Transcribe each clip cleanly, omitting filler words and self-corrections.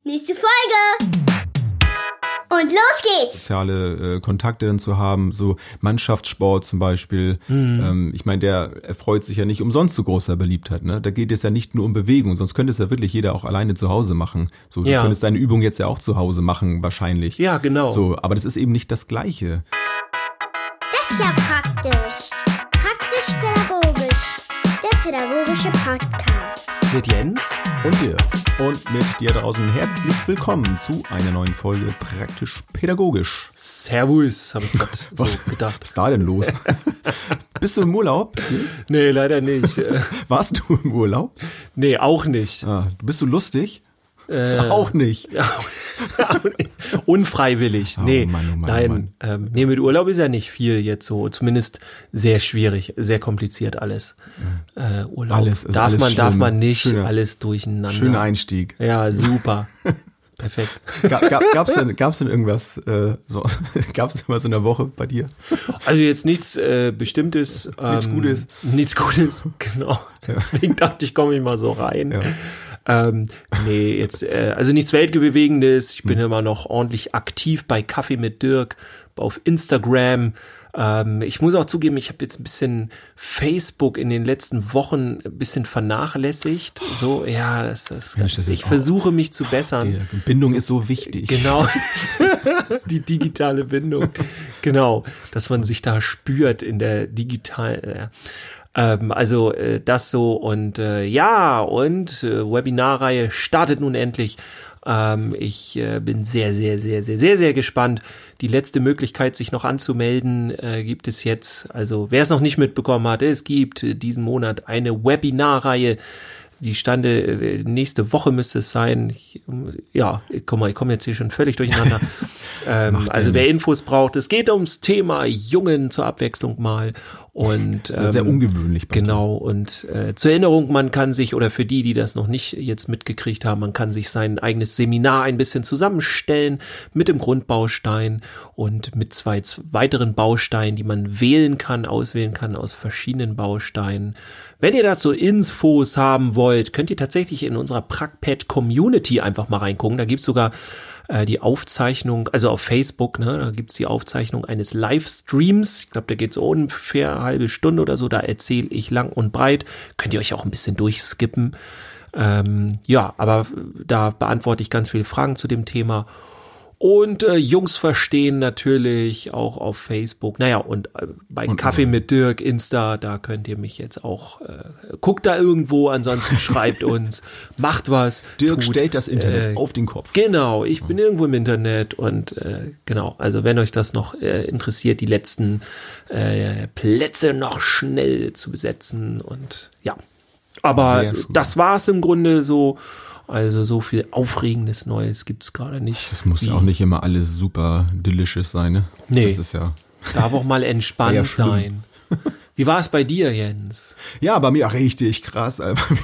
Nächste Folge! Und los geht's! Soziale Kontakte dann zu haben, so Mannschaftssport zum Beispiel. Ich meine, der erfreut sich ja nicht umsonst so großer Beliebtheit. Ne? Da geht es ja nicht nur um Bewegung, sonst könnte es ja wirklich jeder auch alleine zu Hause machen. So, du könntest deine Übung jetzt ja auch zu Hause machen, wahrscheinlich. Ja, genau. So, aber das ist eben nicht das Gleiche. Das ist ja praktisch. Praktisch-pädagogisch. Der pädagogische Podcast. Mit Jens und dir. Und mit dir draußen herzlich willkommen zu einer neuen Folge Praktisch-pädagogisch. Servus, habe ich gerade so gedacht. Was ist da denn los? Bist du im Urlaub? Nee, leider nicht. Warst du im Urlaub? Nee, auch nicht. Bist du lustig? Auch nicht. Unfreiwillig. Nee, Mann. nein. Nee, mit Urlaub ist ja nicht viel jetzt so. Zumindest sehr schwierig, sehr kompliziert alles. Urlaub. Alles, also darf man nicht alles durcheinander. Schöner Einstieg. Ja, super. Perfekt. Gab's denn irgendwas, gab's irgendwas in der Woche bei dir? Also jetzt nichts Bestimmtes. Nichts Gutes. Nichts Gutes, genau. Ja. Deswegen dachte ich, komme ich mal so rein. Ja. Nee, jetzt, also nichts Weltbewegendes. Ich bin immer noch ordentlich aktiv bei Kaffee mit Dirk auf Instagram. Ich muss auch zugeben, ich habe jetzt ein bisschen Facebook in den letzten Wochen ein bisschen vernachlässigt. So, ja, ich versuche mich zu bessern. Die Bindung ist so wichtig. Genau, die digitale Bindung. Genau, dass man sich da spürt in der digitalen. Also das so und Webinarreihe startet nun endlich. Ich bin sehr, sehr, sehr, sehr, sehr, sehr gespannt. Die letzte Möglichkeit, sich noch anzumelden, gibt es jetzt. Also wer es noch nicht mitbekommen hat, es gibt diesen Monat eine Webinarreihe. Die stande, nächste Woche müsste es sein. Ich komme jetzt hier schon völlig durcheinander. Also wer Infos braucht, es geht ums Thema Jungen zur Abwechslung mal. Und das ist sehr ungewöhnlich. Genau, und zur Erinnerung, man kann sich, oder für die das noch nicht jetzt mitgekriegt haben, man kann sich sein eigenes Seminar ein bisschen zusammenstellen mit dem Grundbaustein und mit zwei weiteren Bausteinen, die man auswählen kann aus verschiedenen Bausteinen. Wenn ihr dazu Infos haben wollt, könnt ihr tatsächlich in unserer PragPed-Community einfach mal reingucken. Da gibt's sogar die Aufzeichnung, also auf Facebook, ne, da gibt's die Aufzeichnung eines Livestreams. Ich glaube, da geht's ungefähr eine halbe Stunde oder so. Da erzähle ich lang und breit. Könnt ihr euch auch ein bisschen durchskippen. Aber da beantworte ich ganz viele Fragen zu dem Thema. Und Jungs verstehen natürlich auch auf Facebook. Naja, und bei Kaffee mit Dirk, Insta, da könnt ihr mich jetzt auch, guckt da irgendwo, ansonsten schreibt uns, macht was. Dirk stellt das Internet auf den Kopf. Genau, ich bin irgendwo im Internet und genau, also wenn euch das noch interessiert, die letzten Plätze noch schnell zu besetzen und ja. Aber das war's im Grunde so. Also so viel Aufregendes Neues gibt's gerade nicht. Das muss ja auch nicht immer alles super delicious sein, ne? Nee, das ist ja darf auch mal entspannt sein. Wie war es bei dir, Jens? Ja, bei mir richtig krass.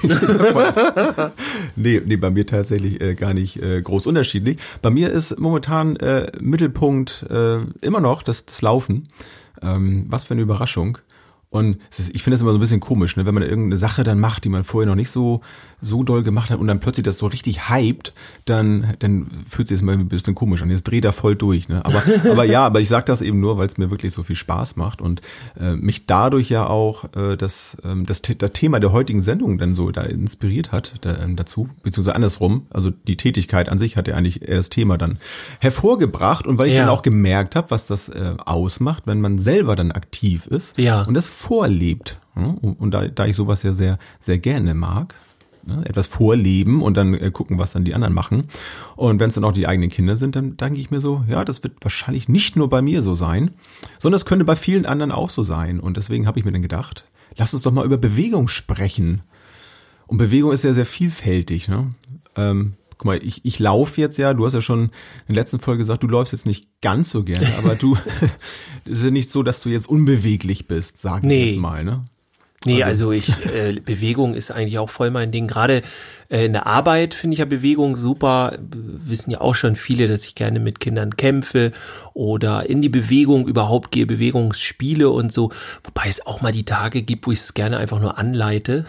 Nee, bei mir tatsächlich gar nicht groß unterschiedlich. Bei mir ist momentan Mittelpunkt immer noch das Laufen. Was für eine Überraschung. Und ich finde es immer so ein bisschen komisch, ne, wenn man irgendeine Sache dann macht, die man vorher noch nicht so doll gemacht hat und dann plötzlich das so richtig hypt, dann fühlt sich das mal ein bisschen komisch an. Jetzt dreht er voll durch, ne? Aber ich sag das eben nur, weil es mir wirklich so viel Spaß macht und mich dadurch ja auch das Thema der heutigen Sendung dann so da inspiriert hat dazu, beziehungsweise andersrum. Also die Tätigkeit an sich hat ja eigentlich eher das Thema dann hervorgebracht und weil ich dann auch gemerkt habe, was das ausmacht, wenn man selber dann aktiv ist und das vorlebt. Und da ich sowas ja sehr, sehr gerne mag, etwas vorleben und dann gucken, was dann die anderen machen. Und wenn es dann auch die eigenen Kinder sind, dann denke ich mir so, ja, das wird wahrscheinlich nicht nur bei mir so sein, sondern es könnte bei vielen anderen auch so sein. Und deswegen habe ich mir dann gedacht, lass uns doch mal über Bewegung sprechen. Und Bewegung ist ja sehr vielfältig, ne? Guck mal, ich laufe jetzt ja, du hast ja schon in der letzten Folge gesagt, du läufst jetzt nicht ganz so gerne, aber es ist ja nicht so, dass du jetzt unbeweglich bist, sag ich jetzt mal, ne? Nee, also Bewegung ist eigentlich auch voll mein Ding. Gerade In der Arbeit finde ich ja Bewegung super. Wissen ja auch schon viele, dass ich gerne mit Kindern kämpfe oder in die Bewegung überhaupt gehe, Bewegungsspiele und so. Wobei es auch mal die Tage gibt, wo ich es gerne einfach nur anleite.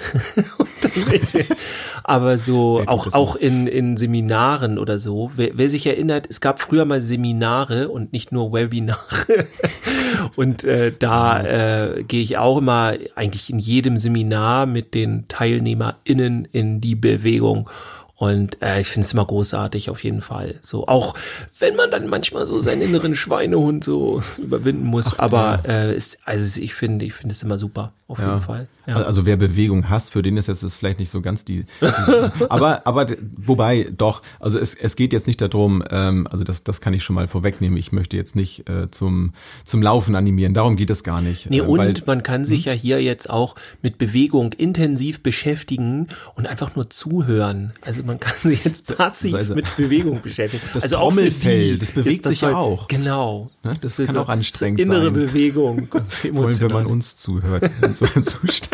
Aber so auch in Seminaren oder so. Wer sich erinnert, es gab früher mal Seminare und nicht nur Webinare. Und da gehe ich auch immer eigentlich in jedem Seminar mit den TeilnehmerInnen in die Bewegung. Und ich finde es immer großartig, auf jeden Fall. So, auch wenn man dann manchmal so seinen inneren Schweinehund so überwinden muss. Ich finde es immer super, auf jeden Fall. Ja. Also wer Bewegung hasst, für den ist das vielleicht nicht so ganz die aber wobei doch, also es geht jetzt nicht darum, also das kann ich schon mal vorwegnehmen, ich möchte jetzt nicht zum Laufen animieren, darum geht es gar nicht. Nee, und man kann sich ja hier jetzt auch mit Bewegung intensiv beschäftigen und einfach nur zuhören. Also man kann sich jetzt passiv mit Bewegung beschäftigen. Das also Trommelfell, das bewegt sich ja auch. Genau. Ne? Das kann auch anstrengend sein. Innere Bewegung. Vor allem, wenn man uns zuhört in so einem Zustand.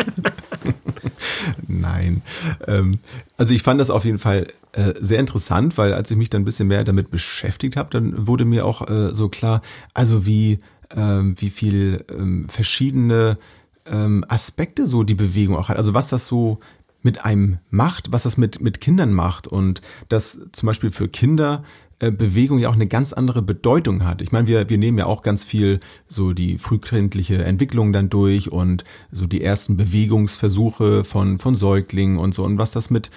Nein. Also ich fand das auf jeden Fall sehr interessant, weil als ich mich dann ein bisschen mehr damit beschäftigt habe, dann wurde mir auch so klar, also wie viel verschiedene Aspekte so die Bewegung auch hat. Also was das so mit einem macht, was das mit Kindern macht und dass zum Beispiel für Kinder Bewegung ja auch eine ganz andere Bedeutung hat. Ich meine, wir nehmen ja auch ganz viel so die frühkindliche Entwicklung dann durch und so die ersten Bewegungsversuche von Säuglingen und so und was das mit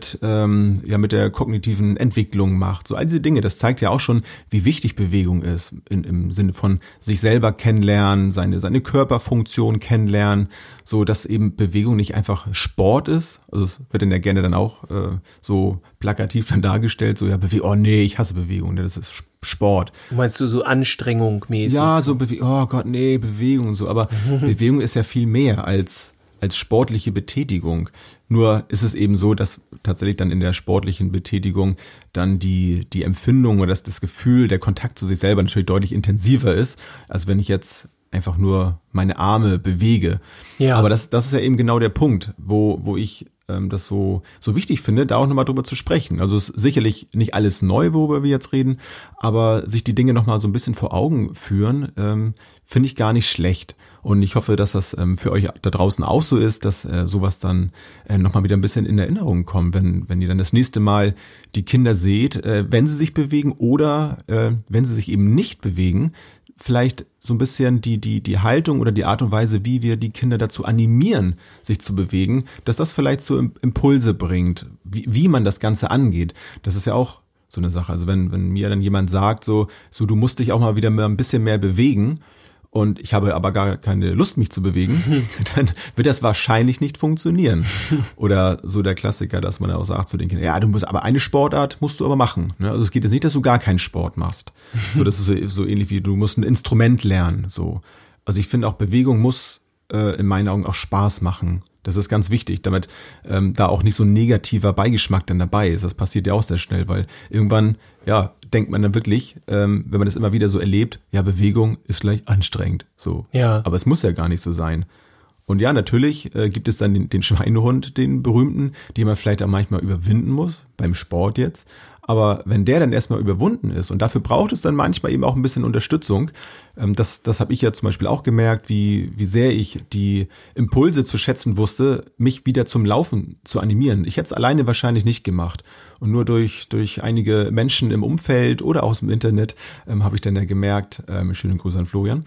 der kognitiven Entwicklung macht. So all diese Dinge, das zeigt ja auch schon, wie wichtig Bewegung ist im Sinne von sich selber kennenlernen, seine Körperfunktion kennenlernen, so dass eben Bewegung nicht einfach Sport ist. Also es wird ja gerne dann auch so plakativ dann dargestellt, so ja, oh nee, ich hasse Bewegung, das ist Sport. Meinst du so Anstrengung mäßig? Ja, so oh Gott, nee, Bewegung und so, aber Bewegung ist ja viel mehr als sportliche Betätigung. Nur ist es eben so, dass tatsächlich dann in der sportlichen Betätigung dann die Empfindung oder das Gefühl, der Kontakt zu sich selber natürlich deutlich intensiver ist, als wenn ich jetzt einfach nur meine Arme bewege. Ja. Aber das ist ja eben genau der Punkt, wo ich das so wichtig finde, da auch nochmal drüber zu sprechen. Also es ist sicherlich nicht alles neu, worüber wir jetzt reden, aber sich die Dinge nochmal so ein bisschen vor Augen führen, finde ich gar nicht schlecht. Und ich hoffe, dass das für euch da draußen auch so ist, dass sowas dann nochmal wieder ein bisschen in Erinnerung kommt, wenn ihr dann das nächste Mal die Kinder seht, wenn sie sich bewegen oder wenn sie sich eben nicht bewegen, vielleicht so ein bisschen die Haltung oder die Art und Weise, wie wir die Kinder dazu animieren, sich zu bewegen, dass das vielleicht so Impulse bringt, wie man das Ganze angeht. Das ist ja auch so eine Sache. Also wenn mir dann jemand sagt, so du musst dich auch mal wieder ein bisschen mehr bewegen und ich habe aber gar keine Lust, mich zu bewegen, dann wird das wahrscheinlich nicht funktionieren. Oder so der Klassiker, dass man auch sagt zu den Kindern, ja, du musst aber eine Sportart musst du aber machen. Also es geht jetzt nicht, dass du gar keinen Sport machst. So, das ist so ähnlich wie du musst ein Instrument lernen. So. Also ich finde auch Bewegung muss in meinen Augen auch Spaß machen. Das ist ganz wichtig, damit da auch nicht so ein negativer Beigeschmack dann dabei ist. Das passiert ja auch sehr schnell, weil irgendwann, ja, denkt man dann wirklich, wenn man das immer wieder so erlebt, ja, Bewegung ist gleich anstrengend. So. Ja. Aber es muss ja gar nicht so sein. Und ja, natürlich gibt es dann den Schweinehund, den berühmten, den man vielleicht auch manchmal überwinden muss, beim Sport jetzt. Aber wenn der dann erstmal überwunden ist und dafür braucht es dann manchmal eben auch ein bisschen Unterstützung, das habe ich ja zum Beispiel auch gemerkt, wie sehr ich die Impulse zu schätzen wusste, mich wieder zum Laufen zu animieren. Ich hätte es alleine wahrscheinlich nicht gemacht. Und nur durch einige Menschen im Umfeld oder aus dem Internet habe ich dann ja gemerkt, schönen Gruß an Florian,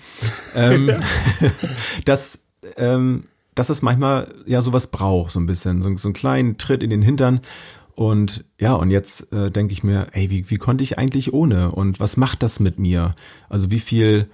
dass es manchmal ja sowas braucht, so ein bisschen, so einen kleinen Tritt in den Hintern. Und ja, und jetzt denke ich mir, ey, wie konnte ich eigentlich ohne? Und was macht das mit mir? Also wie viel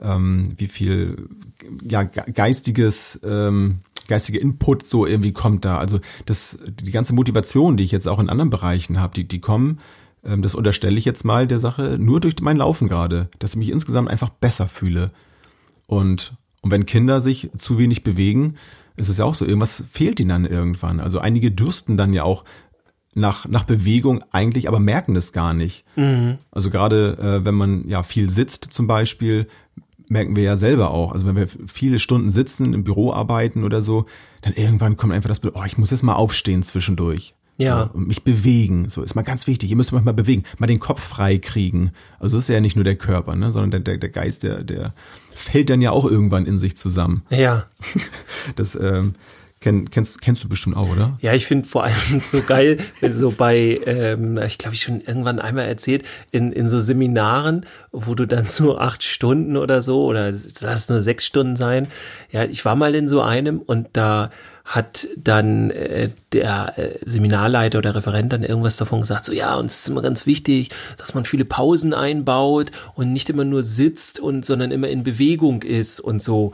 ja geistige Input so irgendwie kommt da? Also die ganze Motivation, die ich jetzt auch in anderen Bereichen habe, die kommen, das unterstelle ich jetzt mal der Sache, nur durch mein Laufen gerade, dass ich mich insgesamt einfach besser fühle. Und wenn Kinder sich zu wenig bewegen, ist es ja auch so, irgendwas fehlt ihnen dann irgendwann. Also einige dürsten dann ja auch nach Bewegung eigentlich, aber merken das gar nicht. Mhm. Also gerade wenn man ja viel sitzt zum Beispiel, merken wir ja selber auch. Also wenn wir viele Stunden sitzen, im Büro arbeiten oder so, dann irgendwann kommt einfach das Bild, ich muss jetzt mal aufstehen zwischendurch. Ja. So, und mich bewegen, so ist mal ganz wichtig. Ihr müsst euch mal bewegen, mal den Kopf frei kriegen. Also das ist ja nicht nur der Körper, ne, sondern der Geist, der fällt dann ja auch irgendwann in sich zusammen. Ja. Das kennst du bestimmt auch, oder? Ja, ich finde vor allem so geil, so bei, ich glaube, ich schon irgendwann einmal erzählt, in so Seminaren, wo du dann so 8 Stunden oder so, oder lass es nur 6 Stunden sein. Ja, ich war mal in so einem und da hat dann der Seminarleiter oder Referent dann irgendwas davon gesagt, so ja, und es ist immer ganz wichtig, dass man viele Pausen einbaut und nicht immer nur sitzt sondern immer in Bewegung ist und so.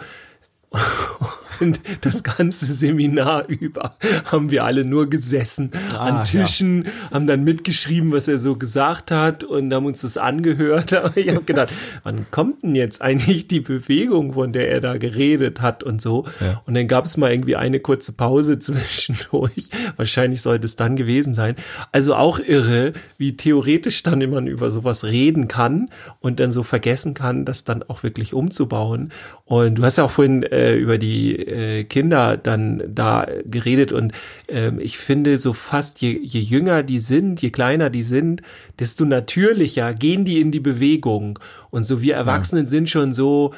Und das ganze Seminar über haben wir alle nur gesessen an Tischen, haben dann mitgeschrieben, was er so gesagt hat und haben uns das angehört. Aber ich habe gedacht, wann kommt denn jetzt eigentlich die Bewegung, von der er da geredet hat und so? Ja. Und dann gab es mal irgendwie eine kurze Pause zwischendurch. Wahrscheinlich sollte es dann gewesen sein. Also auch irre, wie theoretisch dann man über sowas reden kann und dann so vergessen kann, das dann auch wirklich umzubauen. Und du hast ja auch vorhin über die Kinder dann da geredet und ich finde so fast je jünger die sind, je kleiner die sind, desto natürlicher gehen die in die Bewegung und so wir Erwachsenen sind schon so,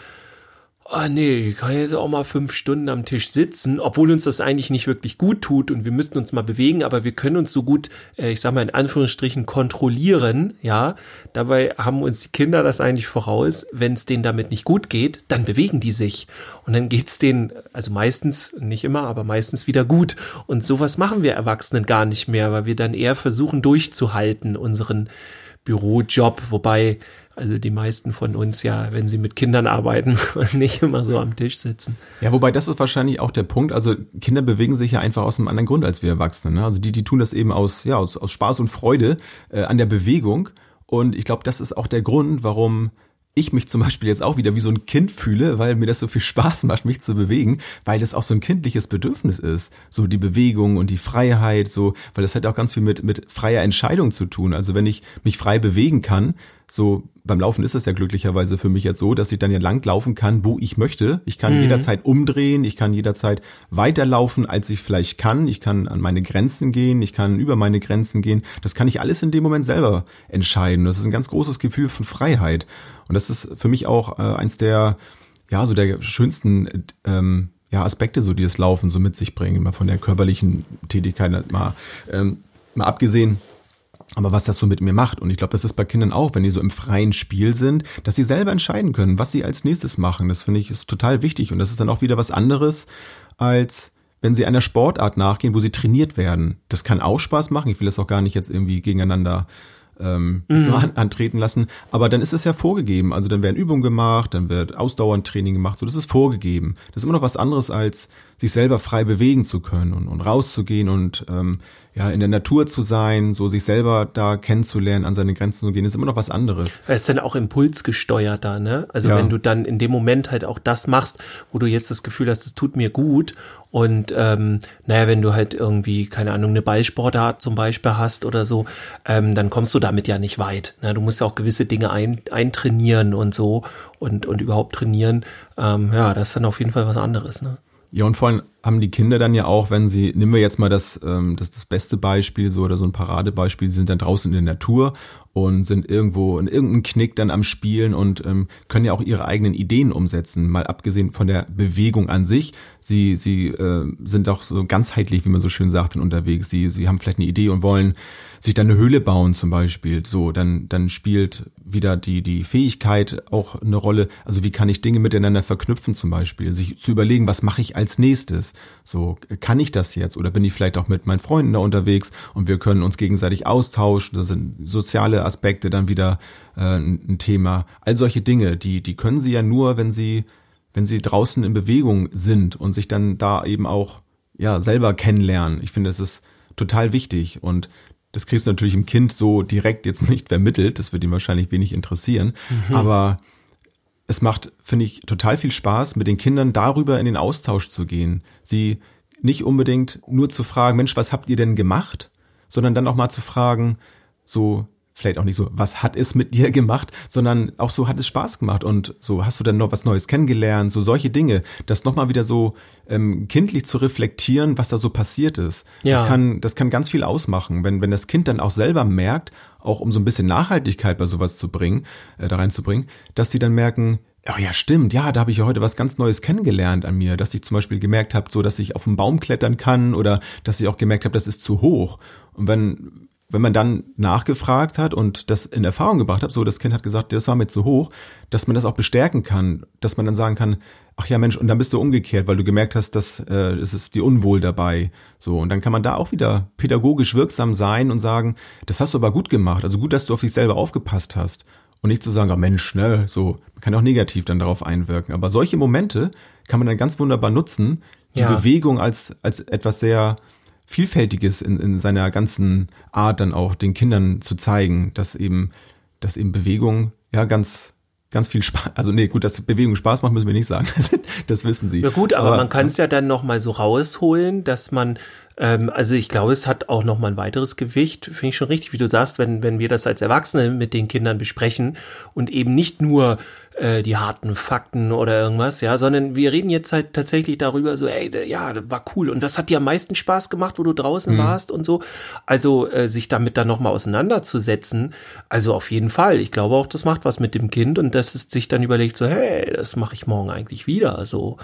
oh nee, ich kann jetzt auch mal 5 Stunden am Tisch sitzen, obwohl uns das eigentlich nicht wirklich gut tut und wir müssten uns mal bewegen, aber wir können uns so gut, ich sag mal in Anführungsstrichen, kontrollieren, ja. Dabei haben uns die Kinder das eigentlich voraus, wenn es denen damit nicht gut geht, dann bewegen die sich und dann geht's denen, also meistens, nicht immer, aber meistens wieder gut und sowas machen wir Erwachsenen gar nicht mehr, weil wir dann eher versuchen durchzuhalten, unseren Bürojob, wobei also die meisten von uns ja, wenn sie mit Kindern arbeiten, nicht immer so am Tisch sitzen. Ja, wobei das ist wahrscheinlich auch der Punkt. Also Kinder bewegen sich ja einfach aus einem anderen Grund als wir Erwachsene. Ne? Also die tun das eben aus Spaß und Freude an der Bewegung. Und ich glaube, das ist auch der Grund, warum ich mich zum Beispiel jetzt auch wieder wie so ein Kind fühle, weil mir das so viel Spaß macht, mich zu bewegen, weil das auch so ein kindliches Bedürfnis ist. So die Bewegung und die Freiheit, so, weil das hat auch ganz viel mit freier Entscheidung zu tun. Also wenn ich mich frei bewegen kann, so beim Laufen ist es ja glücklicherweise für mich jetzt so, dass ich dann ja lang laufen kann, wo ich möchte. Ich kann jederzeit umdrehen, ich kann jederzeit weiterlaufen, als ich vielleicht kann. Ich kann an meine Grenzen gehen, ich kann über meine Grenzen gehen. Das kann ich alles in dem Moment selber entscheiden. Das ist ein ganz großes Gefühl von Freiheit. Und das ist für mich auch eins der, ja, so der schönsten Aspekte, so die das Laufen so mit sich bringen, mal von der körperlichen Tätigkeit mal abgesehen. Aber was das so mit mir macht, und ich glaube, das ist bei Kindern auch, wenn die so im freien Spiel sind, dass sie selber entscheiden können, was sie als nächstes machen. Das finde ich ist total wichtig. Und das ist dann auch wieder was anderes, als wenn sie einer Sportart nachgehen, wo sie trainiert werden. Das kann auch Spaß machen. Ich will das auch gar nicht jetzt irgendwie gegeneinander so antreten lassen. Aber dann ist es ja vorgegeben. Also dann werden Übungen gemacht, dann wird Ausdauertraining gemacht. So, das ist vorgegeben. Das ist immer noch was anderes, als sich selber frei bewegen zu können und rauszugehen und in der Natur zu sein, so sich selber da kennenzulernen, an seine Grenzen zu gehen, ist immer noch was anderes. Es ist dann auch impulsgesteuerter, ne? Also wenn du dann in dem Moment halt auch das machst, wo du jetzt das Gefühl hast, das tut mir gut und wenn du halt irgendwie, keine Ahnung, eine Ballsportart zum Beispiel hast oder so, dann kommst du damit ja nicht weit. Ne? Du musst ja auch gewisse Dinge eintrainieren und so und überhaupt trainieren. Das ist dann auf jeden Fall was anderes, ne? Ja, und vor allem haben die Kinder dann ja auch, wenn sie, nehmen wir jetzt mal das beste Beispiel so oder so ein Paradebeispiel, sie sind dann draußen in der Natur und sind irgendwo in irgendeinem Knick dann am Spielen und können ja auch ihre eigenen Ideen umsetzen, mal abgesehen von der Bewegung an sich. Sie sind auch so ganzheitlich, wie man so schön sagt, unterwegs. Sie haben vielleicht eine Idee und wollen sich dann eine Höhle bauen zum Beispiel. So, dann spielt wieder die Fähigkeit auch eine Rolle. Also wie kann ich Dinge miteinander verknüpfen zum Beispiel? Sich zu überlegen, was mache ich als nächstes? So, kann ich das jetzt? Oder bin ich vielleicht auch mit meinen Freunden da unterwegs und wir können uns gegenseitig austauschen? Das sind soziale Aspekte dann wieder ein Thema. All solche Dinge, die können sie ja nur, wenn sie draußen in Bewegung sind und sich dann da eben auch selber kennenlernen. Ich finde, das ist total wichtig und das kriegst du natürlich im Kind so direkt jetzt nicht vermittelt, das wird ihm wahrscheinlich wenig interessieren, aber es macht, finde ich, total viel Spaß, mit den Kindern darüber in den Austausch zu gehen. Sie nicht unbedingt nur zu fragen, Mensch, was habt ihr denn gemacht? Sondern dann auch mal zu fragen, so, vielleicht auch nicht so, was hat es mit dir gemacht, sondern auch so, hat es Spaß gemacht und so, hast du dann noch was Neues kennengelernt, so solche Dinge, das nochmal wieder so kindlich zu reflektieren, was da so passiert ist. Ja. Das kann ganz viel ausmachen, wenn das Kind dann auch selber merkt, auch um so ein bisschen Nachhaltigkeit bei sowas zu bringen, da reinzubringen, dass sie dann merken, oh ja, stimmt, ja, da habe ich ja heute was ganz Neues kennengelernt an mir, dass ich zum Beispiel gemerkt habe, so, dass ich auf einen Baum klettern kann oder dass ich auch gemerkt habe, das ist zu hoch. Und wenn man dann nachgefragt hat und das in Erfahrung gebracht hat, so, das Kind hat gesagt, das war mir zu hoch, dass man das auch bestärken kann, dass man dann sagen kann, ach ja Mensch, und dann bist du umgekehrt, weil du gemerkt hast, dass es ist dir unwohl dabei. So, und dann kann man da auch wieder pädagogisch wirksam sein und sagen, das hast du aber gut gemacht, also gut, dass du auf dich selber aufgepasst hast. Und nicht zu sagen, oh Mensch, ne, so, man kann auch negativ dann darauf einwirken. Aber solche Momente kann man dann ganz wunderbar nutzen, die Bewegung als etwas sehr Vielfältiges in seiner ganzen Art dann auch den Kindern zu zeigen, dass eben Bewegung ja ganz viel Spaß, also nee, gut, dass Bewegung Spaß macht, müssen wir nicht sagen, das wissen Sie. Ja gut, aber man kann es ja dann nochmal so rausholen, dass man, also ich glaube, es hat auch nochmal ein weiteres Gewicht, finde ich schon richtig, wie du sagst, wenn wir das als Erwachsene mit den Kindern besprechen und eben nicht nur die harten Fakten oder irgendwas, ja, sondern wir reden jetzt halt tatsächlich darüber so, ey, ja, das war cool und das hat dir am meisten Spaß gemacht, wo du draußen warst und so, also sich damit dann nochmal auseinanderzusetzen, also auf jeden Fall, ich glaube auch, das macht was mit dem Kind und dass es sich dann überlegt so, hey, das mache ich morgen eigentlich wieder, so.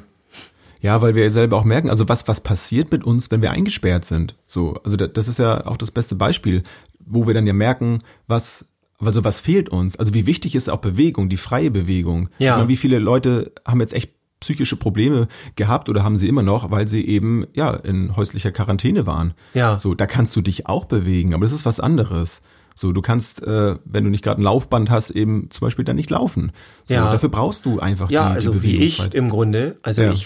Ja, weil wir selber auch merken, also was passiert mit uns, wenn wir eingesperrt sind, so, also das ist ja auch das beste Beispiel, wo wir dann ja merken, was fehlt uns? Also wie wichtig ist auch Bewegung, die freie Bewegung? Ja. Ich meine, wie viele Leute haben jetzt echt psychische Probleme gehabt oder haben sie immer noch, weil sie eben ja in häuslicher Quarantäne waren. Ja. So, da kannst du dich auch bewegen, aber das ist was anderes. So, du kannst, wenn du nicht gerade ein Laufband hast, eben zum Beispiel dann nicht laufen. So, Ja. dafür brauchst du einfach die also wie ich Bewegungsfreiheit. im Grunde, also Ja.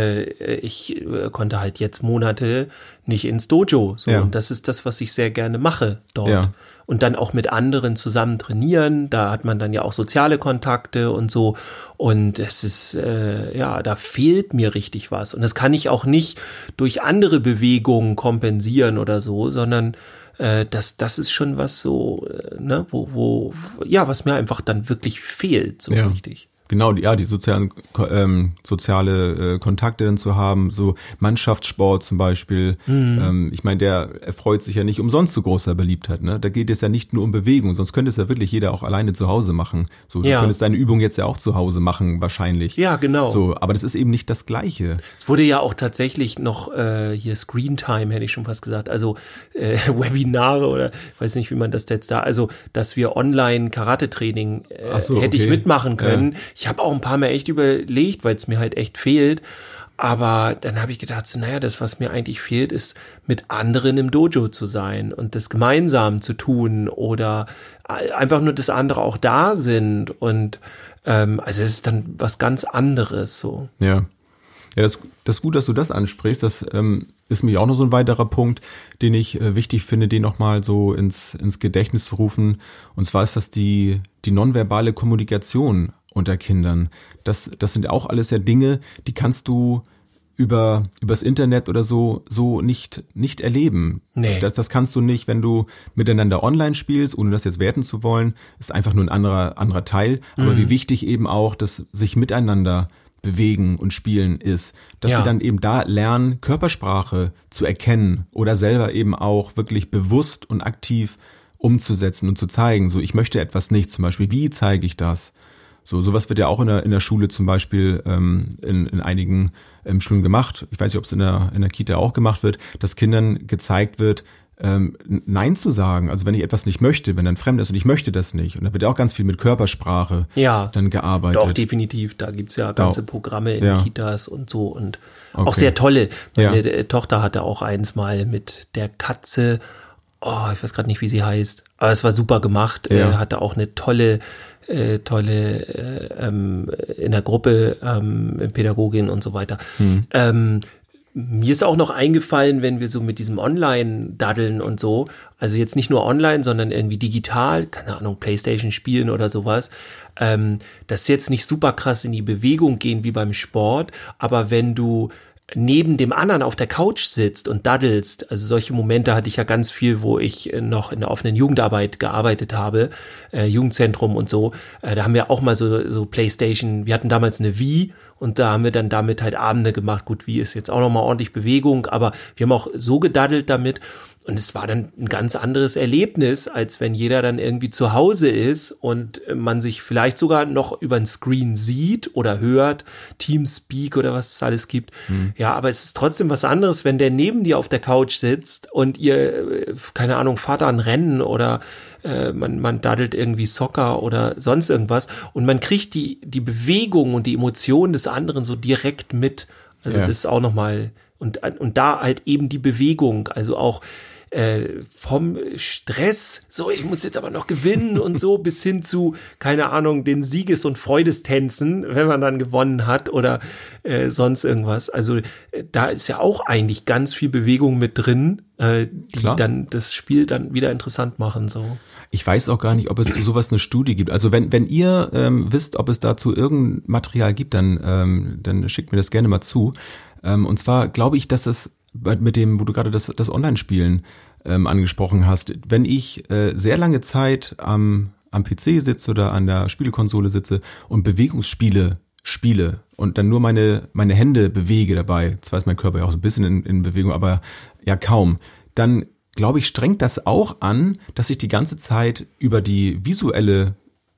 ich konnte halt jetzt Monate nicht ins Dojo, so, Ja. und das ist das, was ich sehr gerne mache dort. Ja. Und dann auch mit anderen zusammen trainieren, da hat man dann ja auch soziale Kontakte und so und es ist, da fehlt mir richtig was und das kann ich auch nicht durch andere Bewegungen kompensieren oder so, sondern das ist schon was so, ne, was mir einfach dann wirklich fehlt, so richtig. Genau, die soziale Kontakte dann zu haben, so Mannschaftssport zum Beispiel. Ich meine, der erfreut sich ja nicht umsonst so großer Beliebtheit. Ne? Da geht es ja nicht nur um Bewegung, sonst könnte es ja wirklich jeder auch alleine zu Hause machen. So, du könntest deine Übung jetzt ja auch zu Hause machen, wahrscheinlich. Ja, genau. So, aber das ist eben nicht das Gleiche. Es wurde ja auch tatsächlich noch hier Screen Time, hätte ich schon fast gesagt, also Webinare oder ich weiß nicht, wie man das jetzt da, also dass wir online Karate-Training hätte ich mitmachen können. Ja. Ich habe auch ein paar Mal echt überlegt, weil es mir halt echt fehlt. Aber dann habe ich gedacht, so, naja, das, was mir eigentlich fehlt, ist, mit anderen im Dojo zu sein und das gemeinsam zu tun oder einfach nur, dass andere auch da sind. Und also es ist dann was ganz anderes so. Ja. Ja, das ist gut, dass du das ansprichst. Das ist mir auch noch so ein weiterer Punkt, den ich wichtig finde, den nochmal so ins Gedächtnis zu rufen. Und zwar ist das die nonverbale Kommunikation unter Kindern. Das sind auch alles ja Dinge, die kannst du übers Internet oder so nicht erleben. Nee. Das kannst du nicht, wenn du miteinander online spielst, ohne das jetzt werten zu wollen. Ist einfach nur ein anderer Teil. Aber wie wichtig eben auch, dass sich miteinander bewegen und spielen ist, dass sie dann eben da lernen, Körpersprache zu erkennen oder selber eben auch wirklich bewusst und aktiv umzusetzen und zu zeigen. So, ich möchte etwas nicht, zum Beispiel, wie zeige ich das? Sowas wird ja auch in der Schule zum Beispiel in einigen Schulen gemacht. Ich weiß nicht, ob es in der Kita auch gemacht wird, dass Kindern gezeigt wird, Nein zu sagen. Also wenn ich etwas nicht möchte, wenn ein Fremder ist und ich möchte das nicht. Und da wird ja auch ganz viel mit Körpersprache dann gearbeitet. Doch, definitiv. Da gibt's ja ganze Programme in Kitas und so und auch sehr tolle. Meine Tochter hatte auch eins mal mit der Katze, ich weiß gerade nicht, wie sie heißt, aber es war super gemacht. Hatte auch eine tolle in der Gruppe Pädagogin und so weiter. Mir ist auch noch eingefallen, wenn wir so mit diesem Online-Daddeln und so, also jetzt nicht nur online, sondern irgendwie digital, keine Ahnung, Playstation spielen oder sowas, dass jetzt nicht super krass in die Bewegung gehen wie beim Sport, aber wenn du neben dem anderen auf der Couch sitzt und daddelst, also solche Momente hatte ich ja ganz viel, wo ich noch in der offenen Jugendarbeit gearbeitet habe, Jugendzentrum und so, da haben wir auch mal so Playstation, wir hatten damals eine Wii und da haben wir dann damit halt Abende gemacht, gut, Wii ist jetzt auch nochmal ordentlich Bewegung, aber wir haben auch so gedaddelt damit. Und es war dann ein ganz anderes Erlebnis, als wenn jeder dann irgendwie zu Hause ist und man sich vielleicht sogar noch über ein Screen sieht oder hört, Teamspeak oder was es alles gibt. Ja, aber es ist trotzdem was anderes, wenn der neben dir auf der Couch sitzt und ihr, keine Ahnung, fahrt da ein Rennen oder man daddelt irgendwie Soccer oder sonst irgendwas und man kriegt die Bewegung und die Emotionen des anderen so direkt mit. Also das ist auch nochmal, und da halt eben die Bewegung, also auch vom Stress, so ich muss jetzt aber noch gewinnen und so, bis hin zu, keine Ahnung, den Sieges- und Freudestänzen, wenn man dann gewonnen hat oder sonst irgendwas. Also da ist ja auch eigentlich ganz viel Bewegung mit drin, die dann das Spiel dann wieder interessant machen. So. Ich weiß auch gar nicht, ob es zu sowas eine Studie gibt. Also wenn ihr wisst, ob es dazu irgendein Material gibt, dann schickt mir das gerne mal zu. Und zwar glaube ich, dass es mit dem, wo du gerade das Online-Spielen angesprochen hast, wenn ich sehr lange Zeit am PC sitze oder an der Spielekonsole sitze und Bewegungsspiele spiele und dann nur meine Hände bewege dabei, zwar ist mein Körper ja auch so ein bisschen in Bewegung, aber ja kaum, dann glaube ich, strengt das auch an, dass ich die ganze Zeit über die visuelle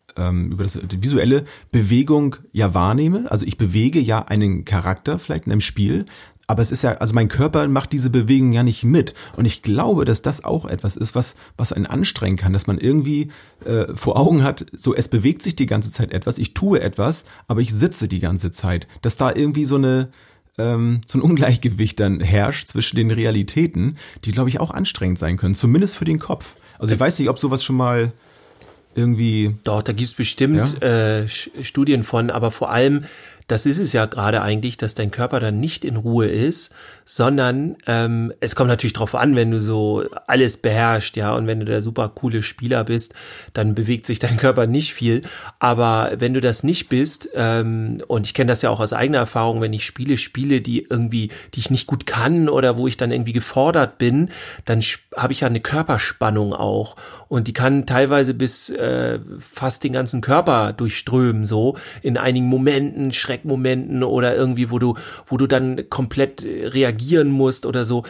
Bewegung ja wahrnehme. Also ich bewege ja einen Charakter vielleicht in einem Spiel, aber es ist ja, also mein Körper macht diese Bewegung ja nicht mit. Und ich glaube, dass das auch etwas ist, was einen anstrengen kann, dass man irgendwie vor Augen hat, so es bewegt sich die ganze Zeit etwas, ich tue etwas, aber ich sitze die ganze Zeit. Dass da irgendwie so ein Ungleichgewicht dann herrscht zwischen den Realitäten, die, glaube ich, auch anstrengend sein können, zumindest für den Kopf. Also ich weiß nicht, ob sowas schon mal irgendwie... Doch, da gibt's bestimmt Studien von, aber vor allem, das ist es ja gerade eigentlich, dass dein Körper dann nicht in Ruhe ist, sondern es kommt natürlich drauf an, wenn du so alles beherrschst, ja, und wenn du der super coole Spieler bist, dann bewegt sich dein Körper nicht viel, aber wenn du das nicht bist, und ich kenne das ja auch aus eigener Erfahrung, wenn ich Spiele, die ich nicht gut kann oder wo ich dann irgendwie gefordert bin, dann habe ich ja eine Körperspannung auch und die kann teilweise bis fast den ganzen Körper durchströmen, so in einigen Momenten, Schreckmomenten oder irgendwie, wo du dann komplett reagieren musst oder so.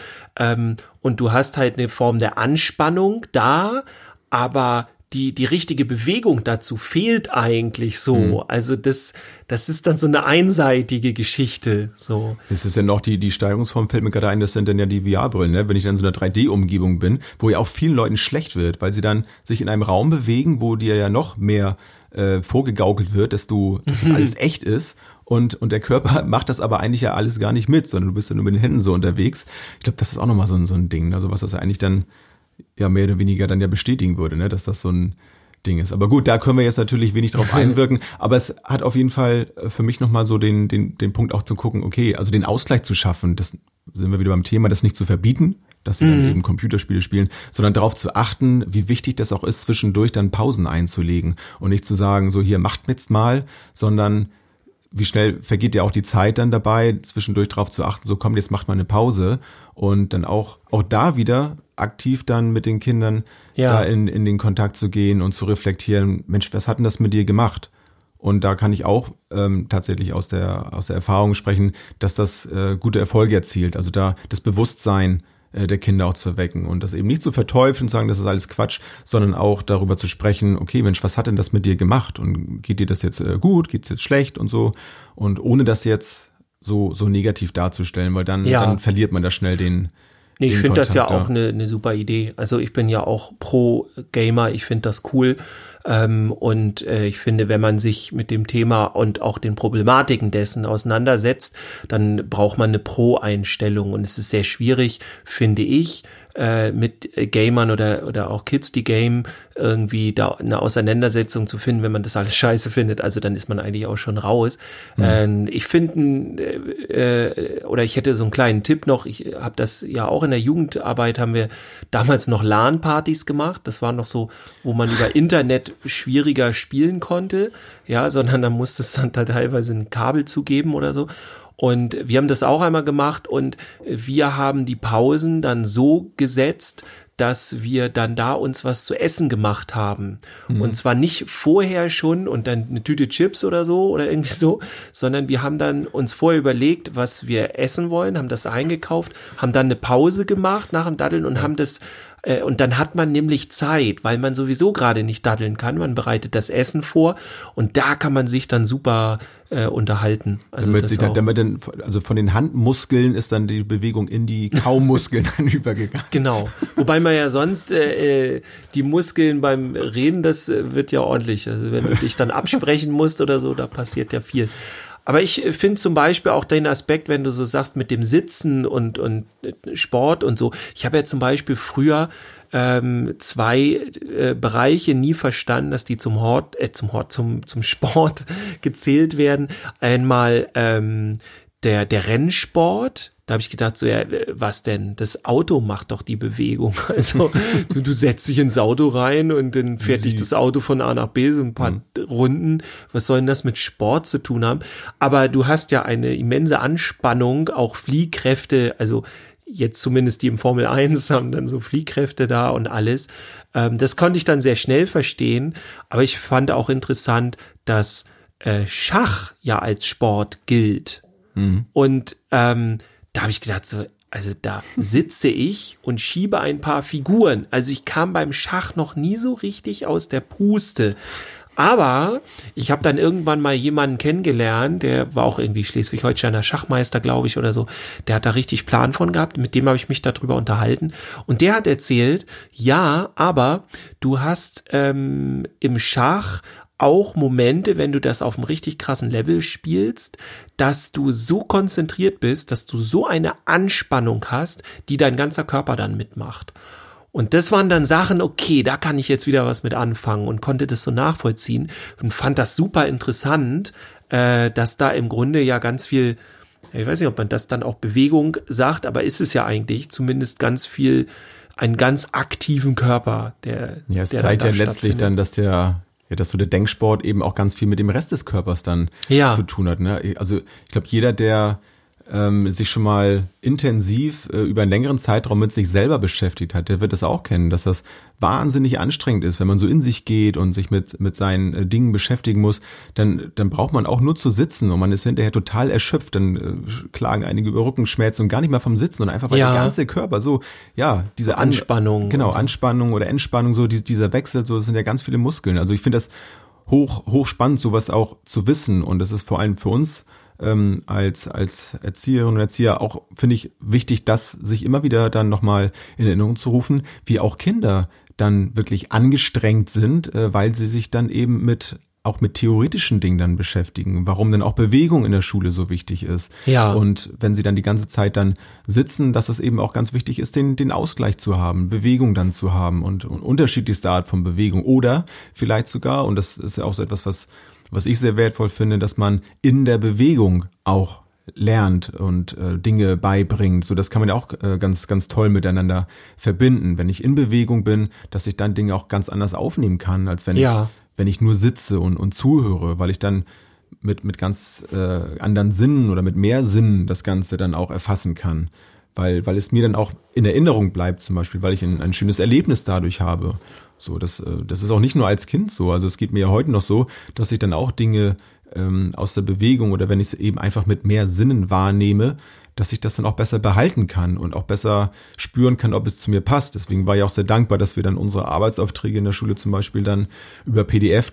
Und du hast halt eine Form der Anspannung da, aber die richtige Bewegung dazu fehlt eigentlich so. Also das ist dann so eine einseitige Geschichte. So. Das ist ja noch die Steigerungsform, fällt mir gerade ein, das sind dann ja die VR-Brillen, ne? Wenn ich dann in so einer 3D-Umgebung bin, wo ja auch vielen Leuten schlecht wird, weil sie dann sich in einem Raum bewegen, wo dir ja noch mehr vorgegaukelt wird, dass das alles echt ist. Und der Körper macht das aber eigentlich ja alles gar nicht mit, sondern du bist ja nur mit den Händen so unterwegs. Ich glaube, das ist auch nochmal so ein Ding, also was das ja eigentlich dann ja mehr oder weniger dann ja bestätigen würde, ne, dass das so ein Ding ist. Aber gut, da können wir jetzt natürlich wenig drauf einwirken, aber es hat auf jeden Fall für mich nochmal so den Punkt auch zu gucken, okay, also den Ausgleich zu schaffen, das sind wir wieder beim Thema, das nicht zu verbieten, dass sie dann eben Computerspiele spielen, sondern darauf zu achten, wie wichtig das auch ist, zwischendurch dann Pausen einzulegen und nicht zu sagen, so hier macht jetzt mal, sondern wie schnell vergeht ja auch die Zeit dann dabei, zwischendurch darauf zu achten, so komm, jetzt macht mal eine Pause und dann auch da wieder aktiv dann mit den Kindern da in den Kontakt zu gehen und zu reflektieren, Mensch, was hat denn das mit dir gemacht? Und da kann ich auch tatsächlich aus der Erfahrung sprechen, dass das gute Erfolge erzielt, also da das Bewusstsein der Kinder auch zu erwecken und das eben nicht zu verteufeln und sagen, das ist alles Quatsch, sondern auch darüber zu sprechen, okay, Mensch, was hat denn das mit dir gemacht und geht dir das jetzt gut, geht's jetzt schlecht und so und ohne das jetzt so negativ darzustellen, weil dann verliert man da schnell den ich finde das ja auch eine super Idee. Also ich bin ja auch pro Gamer, ich finde das cool. Und ich finde, wenn man sich mit dem Thema und auch den Problematiken dessen auseinandersetzt, dann braucht man eine Pro-Einstellung. Und es ist sehr schwierig, finde ich, mit Gamern oder auch Kids, die game, irgendwie da eine Auseinandersetzung zu finden, wenn man das alles scheiße findet. Also dann ist man eigentlich auch schon raus. Ich finde, oder ich hätte so einen kleinen Tipp noch, ich habe das ja auch in der Jugendarbeit, haben wir damals noch LAN-Partys gemacht. Das war noch so, wo man über Internet schwieriger spielen konnte, ja, sondern da musste es dann teilweise ein Kabel zugeben oder so. Und wir haben das auch einmal gemacht und wir haben die Pausen dann so gesetzt, dass wir dann da uns was zu essen gemacht haben. Und zwar nicht vorher schon und dann eine Tüte Chips oder so oder irgendwie so, sondern wir haben dann uns vorher überlegt, was wir essen wollen, haben das eingekauft, haben dann eine Pause gemacht nach dem Daddeln und haben das und dann hat man nämlich Zeit, weil man sowieso gerade nicht daddeln kann. Man bereitet das Essen vor und da kann man sich dann super unterhalten. Also also von den Handmuskeln ist dann die Bewegung in die Kaumuskeln dann übergegangen. Genau. Wobei man ja sonst die Muskeln beim Reden, das wird ja ordentlich. Also wenn du dich dann absprechen musst oder so, da passiert ja viel. Aber ich finde zum Beispiel auch den Aspekt, wenn du so sagst, mit dem Sitzen und Sport und so. Ich habe ja zum Beispiel früher zwei Bereiche nie verstanden, dass die zum Sport gezählt werden. Einmal der Rennsport. Da habe ich gedacht, so, ja, was denn? Das Auto macht doch die Bewegung. Also du setzt dich ins Auto rein und dann fährt dich das Auto von A nach B, so ein paar Runden. Was soll denn das mit Sport zu tun haben? Aber du hast ja eine immense Anspannung, auch Fliehkräfte, also jetzt zumindest die im Formel 1 haben dann so Fliehkräfte da und alles. Das konnte ich dann sehr schnell verstehen. Aber ich fand auch interessant, dass Schach ja als Sport gilt. Und da habe ich gedacht, so, also da sitze ich und schiebe ein paar Figuren. Also ich kam beim Schach noch nie so richtig aus der Puste. Aber ich habe dann irgendwann mal jemanden kennengelernt, der war auch irgendwie Schleswig-Holsteiner Schachmeister, glaube ich, oder so. Der hat da richtig Plan von gehabt. Mit dem habe ich mich darüber unterhalten. Und der hat erzählt, ja, aber du hast im Schach auch Momente, wenn du das auf einem richtig krassen Level spielst, dass du so konzentriert bist, dass du so eine Anspannung hast, die dein ganzer Körper dann mitmacht. Und das waren dann Sachen, okay, da kann ich jetzt wieder was mit anfangen und konnte das so nachvollziehen und fand das super interessant, dass da im Grunde ja ganz viel, ich weiß nicht, ob man das dann auch Bewegung sagt, aber ist es ja eigentlich zumindest ganz viel, einen ganz aktiven Körper, es zeigt ja letztlich dann, dass dass so der Denksport eben auch ganz viel mit dem Rest des Körpers dann zu tun hat. Ne? Also ich glaube, jeder, der sich schon mal intensiv über einen längeren Zeitraum mit sich selber beschäftigt hat, der wird das auch kennen, dass das wahnsinnig anstrengend ist, wenn man so in sich geht und sich mit seinen Dingen beschäftigen muss, dann braucht man auch nur zu sitzen und man ist hinterher total erschöpft, dann klagen einige über Rückenschmerzen und gar nicht mehr vom Sitzen, sondern einfach weil der ganze Körper so, diese Anspannung. Genau, Anspannung oder Entspannung, so dieser Wechsel, so das sind ja ganz viele Muskeln. Also ich finde das hoch spannend, sowas auch zu wissen und das ist vor allem für uns als Erzieherinnen und Erzieher auch, finde ich, wichtig, das sich immer wieder dann nochmal in Erinnerung zu rufen, wie auch Kinder dann wirklich angestrengt sind, weil sie sich dann eben auch mit theoretischen Dingen dann beschäftigen, warum denn auch Bewegung in der Schule so wichtig ist. Ja. Und wenn sie dann die ganze Zeit dann sitzen, dass es eben auch ganz wichtig ist, den Ausgleich zu haben, Bewegung dann zu haben und unterschiedlichste Art von Bewegung oder vielleicht sogar, und das ist ja auch so etwas, was ich sehr wertvoll finde, dass man in der Bewegung auch lernt und Dinge beibringt. So, das kann man ja auch ganz, ganz toll miteinander verbinden. Wenn ich in Bewegung bin, dass ich dann Dinge auch ganz anders aufnehmen kann, als wenn ich nur sitze und zuhöre, weil ich dann mit ganz anderen Sinnen oder mit mehr Sinnen das Ganze dann auch erfassen kann. Weil es mir dann auch in Erinnerung bleibt, zum Beispiel, weil ich ein schönes Erlebnis dadurch habe. So, das ist auch nicht nur als Kind so. Also es geht mir ja heute noch so, dass ich dann auch Dinge aus der Bewegung oder wenn ich es eben einfach mit mehr Sinnen wahrnehme, dass ich das dann auch besser behalten kann und auch besser spüren kann, ob es zu mir passt. Deswegen war ich auch sehr dankbar, dass wir dann unsere Arbeitsaufträge in der Schule zum Beispiel dann über PDF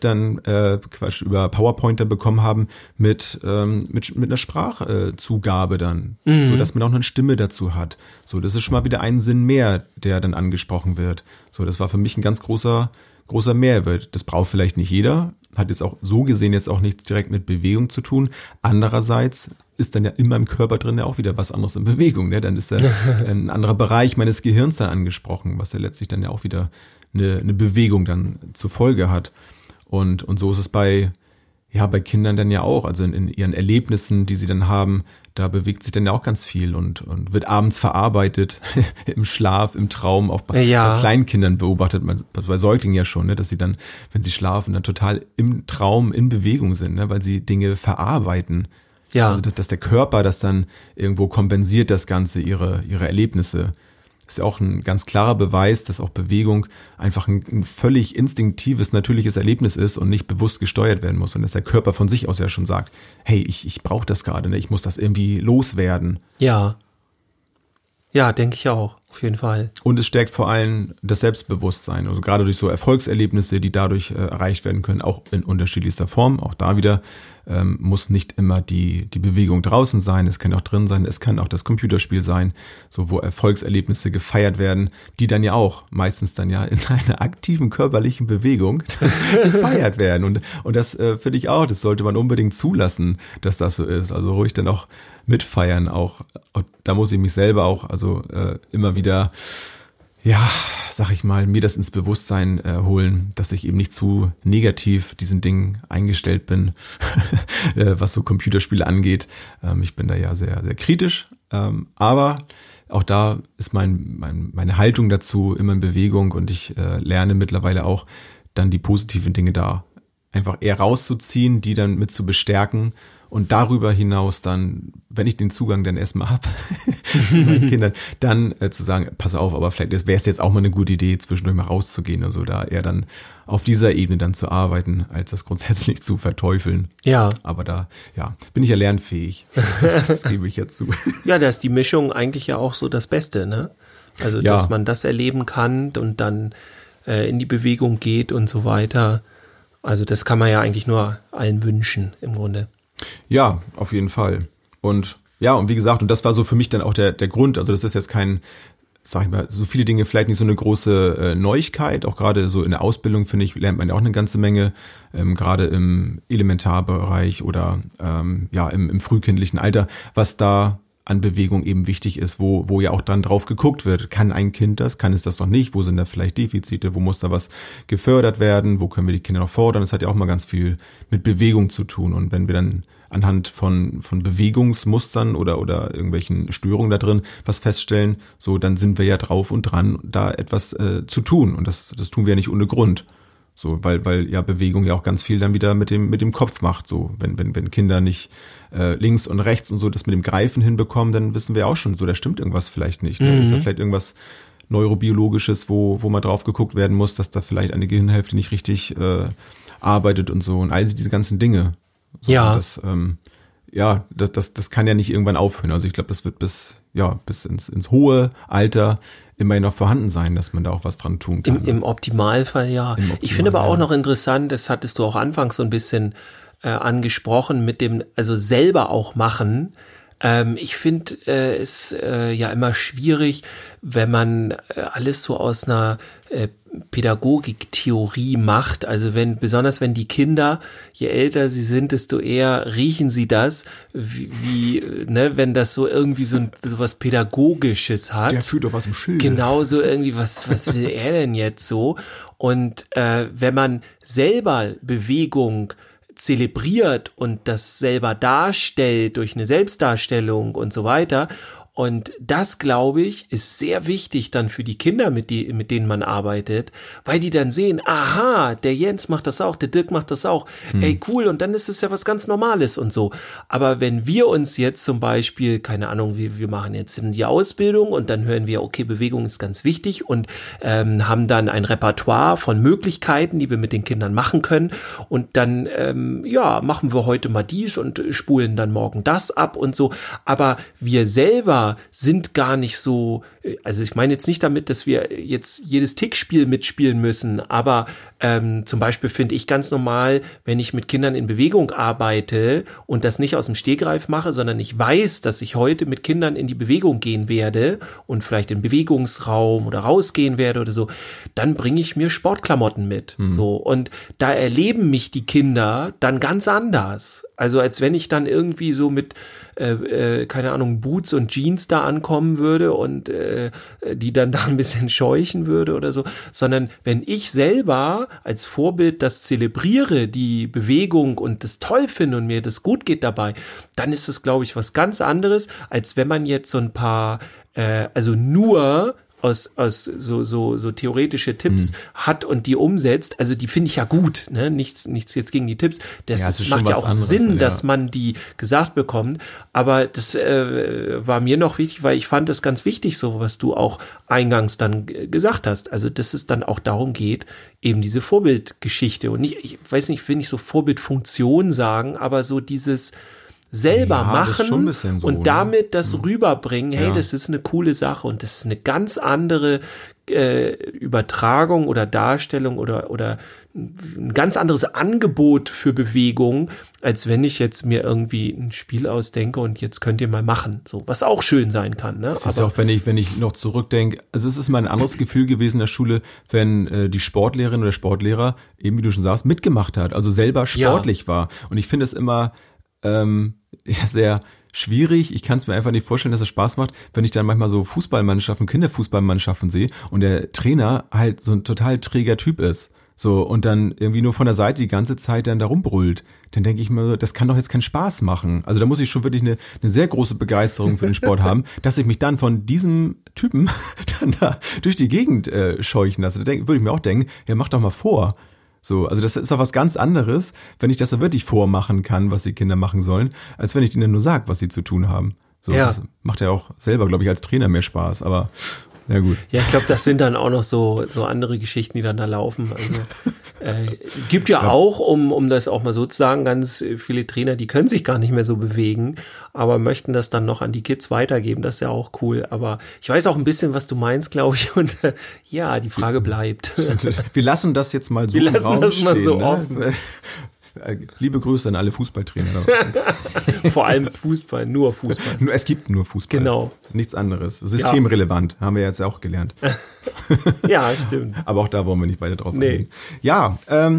über PowerPoint dann bekommen haben mit einer Sprachzugabe dann, so dass man auch eine Stimme dazu hat. So, das ist schon mal wieder ein Sinn mehr, der dann angesprochen wird. So, das war für mich ein ganz großer Mehrwert. Das braucht vielleicht nicht jeder, hat jetzt auch so gesehen jetzt auch nichts direkt mit Bewegung zu tun. Andererseits ist dann ja in meinem Körper drin ja auch wieder was anderes in Bewegung. Ne? Dann ist da ein anderer Bereich meines Gehirns dann angesprochen, was ja letztlich dann ja auch wieder eine Bewegung dann zur Folge hat. Und so ist es bei Kindern dann ja auch, also in ihren Erlebnissen, die sie dann haben, da bewegt sich dann ja auch ganz viel und wird abends verarbeitet, im Schlaf, im Traum, auch bei Kleinkindern beobachtet man, bei Säuglingen ja schon, ne, dass sie dann, wenn sie schlafen, dann total im Traum in Bewegung sind, ne, weil sie Dinge verarbeiten. Ja. Also dass der Körper das dann irgendwo kompensiert, das Ganze, ihre Erlebnisse. Das ist ja auch ein ganz klarer Beweis, dass auch Bewegung einfach ein völlig instinktives, natürliches Erlebnis ist und nicht bewusst gesteuert werden muss. Und dass der Körper von sich aus ja schon sagt, hey, ich brauche das gerade, ne? Ich muss das irgendwie loswerden. Ja. Ja, denke ich auch, auf jeden Fall. Und es stärkt vor allem das Selbstbewusstsein, also gerade durch so Erfolgserlebnisse, die dadurch erreicht werden können, auch in unterschiedlichster Form. Auch da wieder muss nicht immer die Bewegung draußen sein, es kann auch drin sein, es kann auch das Computerspiel sein, so wo Erfolgserlebnisse gefeiert werden, die dann ja auch meistens dann ja in einer aktiven körperlichen Bewegung gefeiert werden. Und das finde ich auch, das sollte man unbedingt zulassen, dass das so ist. Also ruhig dann auch mitfeiern auch. Da muss ich mich selber auch immer wieder, ja, sag ich mal, mir das ins Bewusstsein holen, dass ich eben nicht zu negativ diesen Dingen eingestellt bin, was so Computerspiele angeht. Ich bin da ja sehr, sehr kritisch, aber auch da ist meine Haltung dazu immer in Bewegung und ich lerne mittlerweile auch dann die positiven Dinge da einfach eher rauszuziehen, die dann mit zu bestärken. Und darüber hinaus dann, wenn ich den Zugang dann erstmal habe zu meinen Kindern, dann zu sagen, pass auf, aber vielleicht wäre es jetzt auch mal eine gute Idee, zwischendurch mal rauszugehen und so, da eher dann auf dieser Ebene dann zu arbeiten, als das grundsätzlich zu verteufeln. Ja. Aber da, ja, bin ich ja lernfähig. Das gebe ich ja zu. Ja, da ist die Mischung eigentlich ja auch so das Beste, ne? Also, Ja. dass man das erleben kann und dann in die Bewegung geht und so weiter. Also, das kann man ja eigentlich nur allen wünschen, im Grunde. Ja, auf jeden Fall. Und ja, und wie gesagt, und das war so für mich dann auch der Grund, also das ist jetzt kein, sag ich mal, so viele Dinge vielleicht nicht so eine große Neuigkeit, auch gerade so in der Ausbildung, finde ich, lernt man ja auch eine ganze Menge, gerade im Elementarbereich oder ja im frühkindlichen Alter, was da an Bewegung eben wichtig ist, wo ja auch dann drauf geguckt wird. Kann ein Kind das? Kann es das noch nicht? Wo sind da vielleicht Defizite? Wo muss da was gefördert werden? Wo können wir die Kinder noch fordern? Das hat ja auch mal ganz viel mit Bewegung zu tun. Und wenn wir dann anhand von Bewegungsmustern oder irgendwelchen Störungen da drin was feststellen, so dann sind wir ja drauf und dran, da etwas zu tun. Und das tun wir ja nicht ohne Grund. So, weil ja Bewegung ja auch ganz viel dann wieder mit dem Kopf macht. So, wenn Kinder nicht links und rechts und so das mit dem Greifen hinbekommen, dann wissen wir auch schon, so da stimmt irgendwas vielleicht nicht. Ne? Ist da vielleicht irgendwas Neurobiologisches, wo mal drauf geguckt werden muss, dass da vielleicht eine Gehirnhälfte nicht richtig arbeitet und so und all diese ganzen Dinge. So, Ja. Das kann ja nicht irgendwann aufhören. Also ich glaube, das wird bis ins hohe Alter immerhin noch vorhanden sein, dass man da auch was dran tun kann. Im Optimalfall, ja. Ich finde aber auch noch interessant, das hattest du auch anfangs so ein bisschen angesprochen, mit dem, also selber auch machen. Ich finde es ja immer schwierig, wenn man alles so aus einer Pädagogiktheorie macht. Also besonders wenn die Kinder, je älter sie sind, desto eher riechen sie das, wenn das so irgendwie so was Pädagogisches hat. Der führt doch was im Schild. Genau, so irgendwie, was will er denn jetzt so? Und wenn man selber Bewegung zelebriert und das selber darstellt durch eine Selbstdarstellung und so weiter. Und das, glaube ich, ist sehr wichtig dann für die Kinder, mit denen man arbeitet, weil die dann sehen, aha, der Jens macht das auch, der Dirk macht das auch, ey, cool, und dann ist es ja was ganz Normales und so. Aber wenn wir uns jetzt zum Beispiel, keine Ahnung, wir machen jetzt die Ausbildung und dann hören wir, okay, Bewegung ist ganz wichtig und haben dann ein Repertoire von Möglichkeiten, die wir mit den Kindern machen können und dann, machen wir heute mal dies und spulen dann morgen das ab und so. Aber wir selber sind gar nicht so, also ich meine jetzt nicht damit, dass wir jetzt jedes Tickspiel mitspielen müssen, aber zum Beispiel finde ich ganz normal, wenn ich mit Kindern in Bewegung arbeite und das nicht aus dem Stegreif mache, sondern ich weiß, dass ich heute mit Kindern in die Bewegung gehen werde und vielleicht in den Bewegungsraum oder rausgehen werde oder so, dann bringe ich mir Sportklamotten mit. So, und da erleben mich die Kinder dann ganz anders. Also als wenn ich dann irgendwie so mit keine Ahnung, Boots und Jeans da ankommen würde und die dann da ein bisschen scheuchen würde oder so, sondern wenn ich selber als Vorbild das zelebriere, die Bewegung und das toll finde und mir das gut geht dabei, dann ist das, glaube ich, was ganz anderes, als wenn man jetzt so ein paar, also nur aus so theoretische Tipps hat und die umsetzt, also die finde ich ja gut, ne? Nichts jetzt gegen die Tipps. Das macht ja auch anderes, Sinn, dass man die gesagt bekommt. Aber das war mir noch wichtig, weil ich fand das ganz wichtig, so was du auch eingangs dann gesagt hast. Also, dass es dann auch darum geht, eben diese Vorbildgeschichte und nicht, ich weiß nicht, will nicht so Vorbildfunktion sagen, aber so dieses selber machen so, und damit das rüberbringen, hey, das ist eine coole Sache und das ist eine ganz andere Übertragung oder Darstellung oder ein ganz anderes Angebot für Bewegung, als wenn ich jetzt mir irgendwie ein Spiel ausdenke und jetzt könnt ihr mal machen, so, was auch schön sein kann. Ne? Es ist auch, wenn ich noch zurückdenke, also es ist mal ein anderes Gefühl gewesen in der Schule, wenn die Sportlehrerin oder Sportlehrer, eben wie du schon sagst, mitgemacht hat, also selber sportlich war. Und ich finde es immer sehr schwierig. Ich kann es mir einfach nicht vorstellen, dass es Spaß macht, wenn ich dann manchmal so Fußballmannschaften, Kinderfußballmannschaften sehe und der Trainer halt so ein total träger Typ ist. So, und dann irgendwie nur von der Seite die ganze Zeit dann da rumbrüllt. Dann denke ich mir so, das kann doch jetzt keinen Spaß machen. Also da muss ich schon wirklich eine sehr große Begeisterung für den Sport haben, dass ich mich dann von diesem Typen dann da durch die Gegend scheuchen lasse. Da würde ich mir auch denken, ja, mach doch mal vor. So, also das ist doch was ganz anderes, wenn ich das da wirklich vormachen kann, was die Kinder machen sollen, als wenn ich ihnen nur sage, was sie zu tun haben. So, das macht ja auch selber, glaube ich, als Trainer mehr Spaß, aber ja gut. Ja, ich glaube, das sind dann auch noch so andere Geschichten, die dann da laufen. Also gibt ja auch, um das auch mal so zu sagen, ganz viele Trainer, die können sich gar nicht mehr so bewegen, aber möchten das dann noch an die Kids weitergeben. Das ist ja auch cool. Aber ich weiß auch ein bisschen, was du meinst, glaube ich. Und ja, die Frage bleibt. Wir lassen das jetzt mal so im Raum stehen. Wir lassen das mal so offen. Liebe Grüße an alle Fußballtrainer. Vor allem Fußball, nur Fußball. Es gibt nur Fußball. Genau. Nichts anderes. Systemrelevant, haben wir jetzt auch gelernt. Ja, stimmt. Aber auch da wollen wir nicht weiter drauf eingehen. Ja,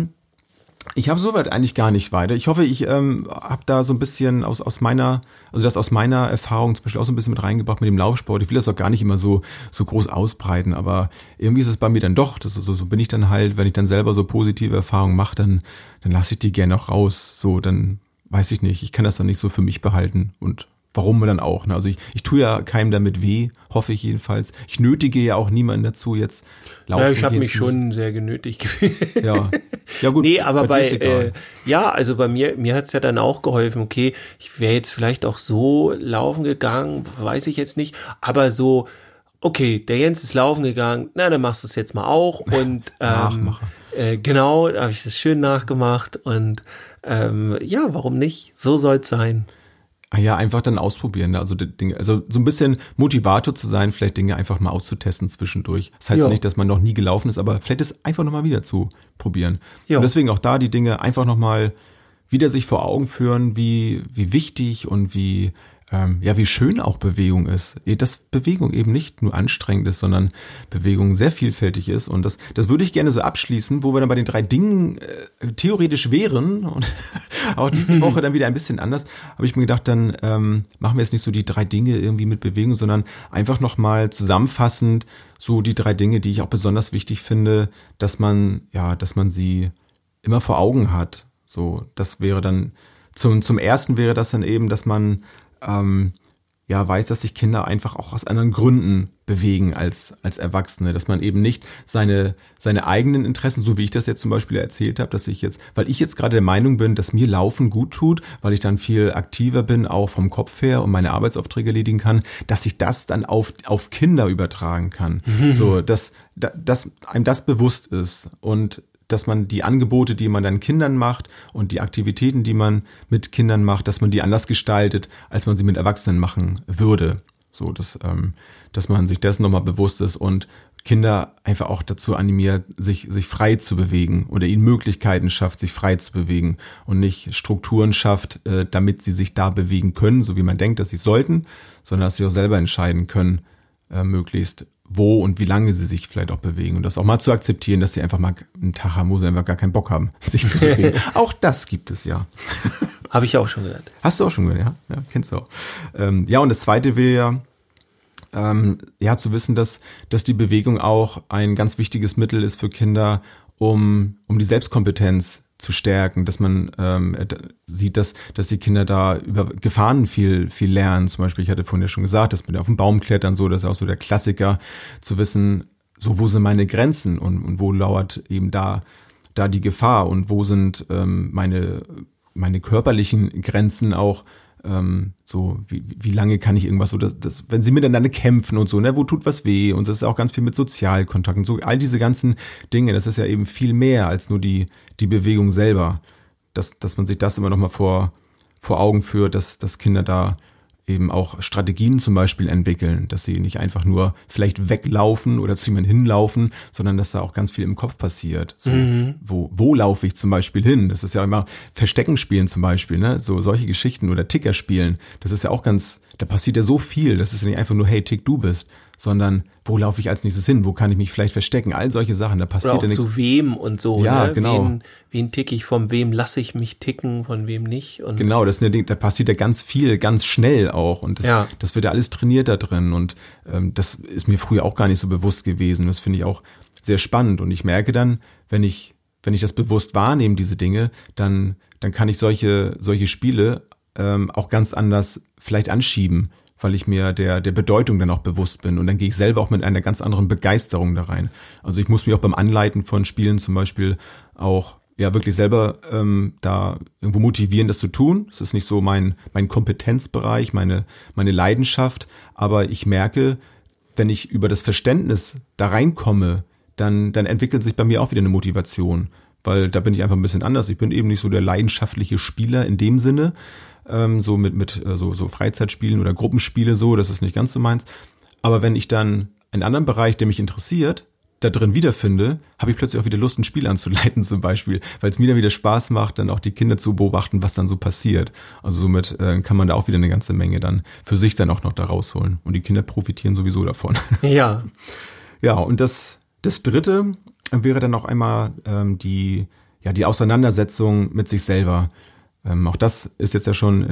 ich habe soweit eigentlich gar nicht weiter. Ich hoffe, ich habe da so ein bisschen aus meiner Erfahrung zum Beispiel auch so ein bisschen mit reingebracht mit dem Laufsport. Ich will das auch gar nicht immer so groß ausbreiten, aber irgendwie ist es bei mir dann doch, so bin ich dann halt, wenn ich dann selber so positive Erfahrungen mache, dann lasse ich die gerne auch raus. So, dann weiß ich nicht, ich kann das dann nicht so für mich behalten und warum dann auch? Ne? Also ich tue ja keinem damit weh, hoffe ich jedenfalls. Ich nötige ja auch niemanden dazu, jetzt laufen. Ja, ich habe mich schon sehr genötigt gefühlt. Ja gut. Nee, aber also bei mir hat's ja dann auch geholfen. Okay, ich wäre jetzt vielleicht auch so laufen gegangen, weiß ich jetzt nicht. Aber so, okay, der Jens ist laufen gegangen, na, dann machst du es jetzt mal auch. Und Nachmacher. Genau, da habe ich das schön nachgemacht. Und ja, warum nicht? So soll's sein. Ja, einfach dann ausprobieren. Also so ein bisschen Motivator zu sein, vielleicht Dinge einfach mal auszutesten zwischendurch. Das heißt ja nicht, dass man noch nie gelaufen ist, aber vielleicht ist einfach nochmal wieder zu probieren. Ja. Und deswegen auch da die Dinge einfach nochmal wieder sich vor Augen führen, wie wichtig und wie schön auch Bewegung ist. Dass Bewegung eben nicht nur anstrengend ist, sondern Bewegung sehr vielfältig ist. Und das würde ich gerne so abschließen, wo wir dann bei den 3 Dingen theoretisch wären. Und auch diese Woche dann wieder ein bisschen anders. Habe ich mir gedacht, dann machen wir jetzt nicht so die 3 Dinge irgendwie mit Bewegung, sondern einfach nochmal zusammenfassend so die 3 Dinge, die ich auch besonders wichtig finde, dass man sie immer vor Augen hat. So, das wäre dann, zum ersten wäre das dann eben, dass man weiß, dass sich Kinder einfach auch aus anderen Gründen bewegen als Erwachsene, dass man eben nicht seine eigenen Interessen, so wie ich das jetzt zum Beispiel erzählt habe, weil ich jetzt gerade der Meinung bin, dass mir Laufen gut tut, weil ich dann viel aktiver bin, auch vom Kopf her und meine Arbeitsaufträge erledigen kann, dass ich das dann auf Kinder übertragen kann. So, dass einem das bewusst ist und dass man die Angebote, die man dann Kindern macht und die Aktivitäten, die man mit Kindern macht, dass man die anders gestaltet, als man sie mit Erwachsenen machen würde. So, dass man sich dessen nochmal bewusst ist und Kinder einfach auch dazu animiert, sich frei zu bewegen oder ihnen Möglichkeiten schafft, sich frei zu bewegen und nicht Strukturen schafft, damit sie sich da bewegen können, so wie man denkt, dass sie sollten, sondern dass sie auch selber entscheiden können, möglichst wo und wie lange sie sich vielleicht auch bewegen und das auch mal zu akzeptieren, dass sie einfach mal einen Tag haben, wo sie einfach gar keinen Bock haben, sich zu bewegen. Auch das gibt es ja. Habe ich auch schon gehört. Hast du auch schon gehört, ja? Ja, kennst du auch. Und das Zweite wäre zu wissen, dass die Bewegung auch ein ganz wichtiges Mittel ist für Kinder, um die Selbstkompetenz zu stärken, dass man sieht, dass die Kinder da über Gefahren viel lernen. Zum Beispiel, ich hatte vorhin ja schon gesagt, dass man auf den Baum klettern, so, das ist auch so der Klassiker, zu wissen, so, wo sind meine Grenzen und wo lauert eben da die Gefahr und wo sind meine körperlichen Grenzen auch, so, wie lange kann ich irgendwas, so, das, wenn sie miteinander kämpfen und so, ne, wo tut was weh, und das ist auch ganz viel mit Sozialkontakt und so, all diese ganzen Dinge, das ist ja eben viel mehr als nur die Bewegung selber, dass man sich das immer noch mal vor Augen führt, dass Kinder da eben auch Strategien zum Beispiel entwickeln, dass sie nicht einfach nur vielleicht weglaufen oder zu jemandem hinlaufen, sondern dass da auch ganz viel im Kopf passiert. So, wo laufe ich zum Beispiel hin? Das ist ja immer Verstecken spielen zum Beispiel, ne? So solche Geschichten oder Ticker spielen. Das ist ja auch da passiert ja so viel. Das ist ja nicht einfach nur, hey, Tick, du bist, sondern wo laufe ich als nächstes hin? Wo kann ich mich vielleicht verstecken? All solche Sachen, da passiert oder auch ja zu wem und so. Ja, ne? genau. Wen tick ich, von wem lasse ich mich ticken, von wem nicht. Und genau, das ist ein Ding, da passiert ja ganz viel, ganz schnell auch. Und das wird ja alles trainiert da drin. Und das ist mir früher auch gar nicht so bewusst gewesen. Das finde ich auch sehr spannend. Und ich merke dann, wenn ich das bewusst wahrnehme, diese Dinge, dann kann ich solche Spiele auch ganz anders vielleicht anschieben, weil ich mir der Bedeutung dann auch bewusst bin. Und dann gehe ich selber auch mit einer ganz anderen Begeisterung da rein. Also ich muss mich auch beim Anleiten von Spielen zum Beispiel auch wirklich selber da irgendwo motivieren, das zu tun. Das ist nicht so mein Kompetenzbereich, meine Leidenschaft. Aber ich merke, wenn ich über das Verständnis da reinkomme, dann entwickelt sich bei mir auch wieder eine Motivation. Weil da bin ich einfach ein bisschen anders. Ich bin eben nicht so der leidenschaftliche Spieler in dem Sinne, so mit so Freizeitspielen oder Gruppenspiele so, das ist nicht ganz so meins. Aber wenn ich dann einen anderen Bereich, der mich interessiert, da drin wiederfinde, habe ich plötzlich auch wieder Lust, ein Spiel anzuleiten zum Beispiel, weil es mir dann wieder Spaß macht, dann auch die Kinder zu beobachten, was dann so passiert. Also somit kann man da auch wieder eine ganze Menge dann für sich dann auch noch da rausholen. Und die Kinder profitieren sowieso davon. Ja. Ja, und das Dritte wäre dann auch einmal die Auseinandersetzung mit sich selber. Auch das ist jetzt ja schon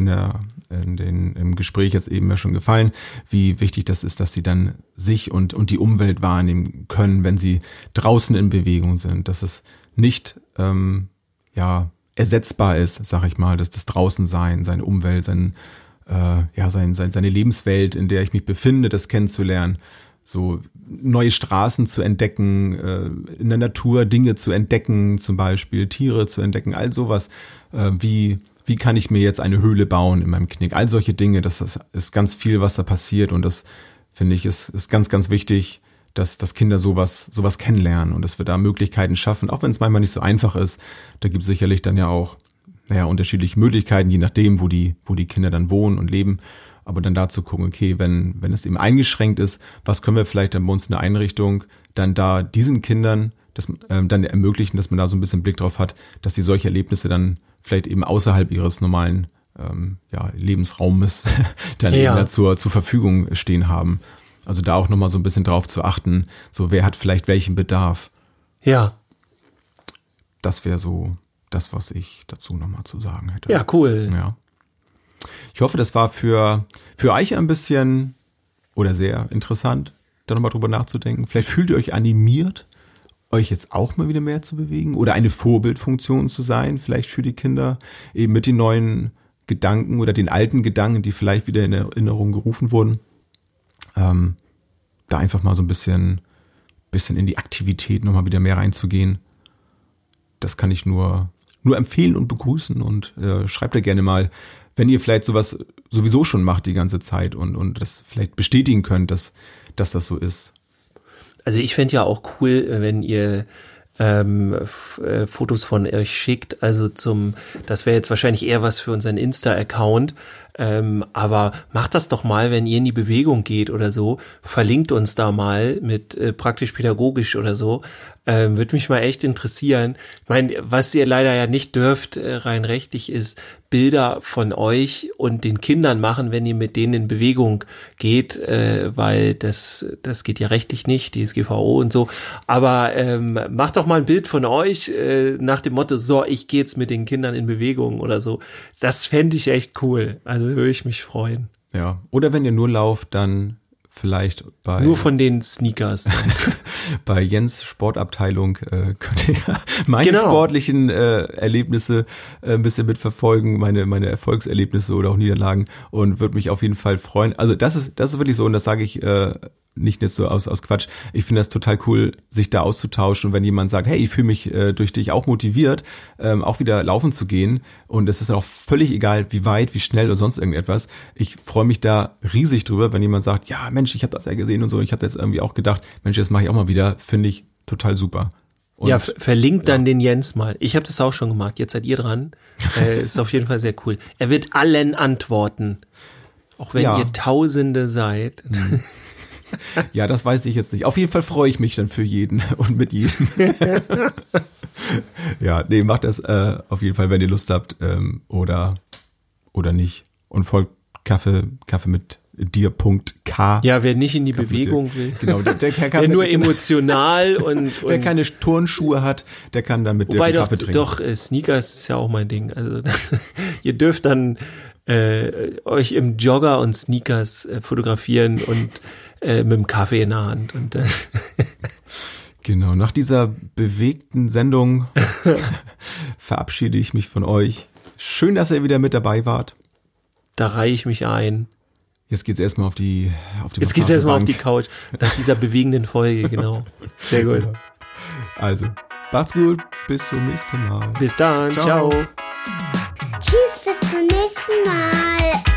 im Gespräch jetzt eben ja schon gefallen, wie wichtig das ist, dass sie dann sich und die Umwelt wahrnehmen können, wenn sie draußen in Bewegung sind, dass es nicht ersetzbar ist, sag ich mal, dass das Draußensein, seine Umwelt, seine Lebenswelt, in der ich mich befinde, das kennenzulernen, so neue Straßen zu entdecken, in der Natur Dinge zu entdecken, zum Beispiel Tiere zu entdecken, all sowas. Wie kann ich mir jetzt eine Höhle bauen in meinem Knick? All solche Dinge, das ist ganz viel, was da passiert, und das finde ich ist ganz, ganz wichtig, dass Kinder sowas kennenlernen und dass wir da Möglichkeiten schaffen, auch wenn es manchmal nicht so einfach ist. Da gibt es sicherlich dann ja auch unterschiedliche Möglichkeiten, je nachdem, wo die Kinder dann wohnen und leben. Aber dann da zu gucken, okay, wenn es eben eingeschränkt ist, was können wir vielleicht dann bei uns in der Einrichtung dann da diesen Kindern dann ermöglichen, dass man da so ein bisschen Blick drauf hat, dass sie solche Erlebnisse dann vielleicht eben außerhalb ihres normalen Lebensraumes dann eben da zur Verfügung stehen haben. Also da auch nochmal so ein bisschen drauf zu achten, so wer hat vielleicht welchen Bedarf. Ja. Das wäre so das, was ich dazu nochmal zu sagen hätte. Ja, cool. Ja. Ich hoffe, das war für euch ein bisschen oder sehr interessant, da nochmal drüber nachzudenken. Vielleicht fühlt ihr euch animiert, euch jetzt auch mal wieder mehr zu bewegen oder eine Vorbildfunktion zu sein, vielleicht für die Kinder, eben mit den neuen Gedanken oder den alten Gedanken, die vielleicht wieder in Erinnerung gerufen wurden. Da einfach mal so ein bisschen in die Aktivität nochmal wieder mehr reinzugehen. Das kann ich nur empfehlen und begrüßen, und schreibt da gerne mal, wenn ihr vielleicht sowas sowieso schon macht die ganze Zeit und das vielleicht bestätigen könnt, dass das so ist. Also ich fände ja auch cool, wenn ihr Fotos von euch schickt, also das wäre jetzt wahrscheinlich eher was für unseren Insta-Account, aber macht das doch mal, wenn ihr in die Bewegung geht oder so, verlinkt uns da mal mit praktisch-pädagogisch oder so, würde mich mal echt interessieren. Ich meine, was ihr leider ja nicht dürft, rein rechtlich, ist Bilder von euch und den Kindern machen, wenn ihr mit denen in Bewegung geht, weil das geht ja rechtlich nicht, DSGVO und so, aber macht doch mal ein Bild von euch nach dem Motto, so, ich gehe jetzt mit den Kindern in Bewegung oder so. Das fände ich echt cool, also würde ich mich freuen. Ja, oder wenn ihr nur lauft, dann vielleicht bei... Nur von den Sneakers. Bei Jens Sportabteilung könnt ihr meine sportlichen Erlebnisse ein bisschen mitverfolgen, meine Erfolgserlebnisse oder auch Niederlagen, und würde mich auf jeden Fall freuen. Also das ist wirklich so, und das sage ich nicht so aus Quatsch. Ich finde das total cool, sich da auszutauschen, und wenn jemand sagt, hey, ich fühle mich durch dich auch motiviert, auch wieder laufen zu gehen, und es ist auch völlig egal, wie weit, wie schnell oder sonst irgendetwas. Ich freue mich da riesig drüber, wenn jemand sagt, ja Mensch, ich habe das ja gesehen und so, ich habe jetzt irgendwie auch gedacht, Mensch, das mache ich auch mal wieder, finde ich total super. Und, ja, verlinkt dann den Jens mal. Ich habe das auch schon gemacht, jetzt seid ihr dran. Ist auf jeden Fall sehr cool. Er wird allen antworten, auch wenn ihr Tausende seid. Ja, das weiß ich jetzt nicht. Auf jeden Fall freue ich mich dann für jeden und mit jedem. Ja, nee, macht das auf jeden Fall, wenn ihr Lust habt, oder nicht. Und folgt Kaffee mit dir.k. Ja, wer nicht in die Bewegung will. Genau, der kann der nur emotional und wer keine Turnschuhe hat, der kann dann mit dir Kaffee trinken. Doch, Sneakers ist ja auch mein Ding. Also ihr dürft dann euch im Jogger und Sneakers fotografieren und mit dem Kaffee in der Hand. Und genau, nach dieser bewegten Sendung verabschiede ich mich von euch. Schön, dass ihr wieder mit dabei wart. Da reihe ich mich ein. Jetzt geht's erstmal auf die Jetzt geht's erstmal auf die Couch. Nach dieser bewegenden Folge, genau. Sehr gut. Also, macht's gut. Bis zum nächsten Mal. Bis dann. Ciao. Tschüss, bis zum nächsten Mal.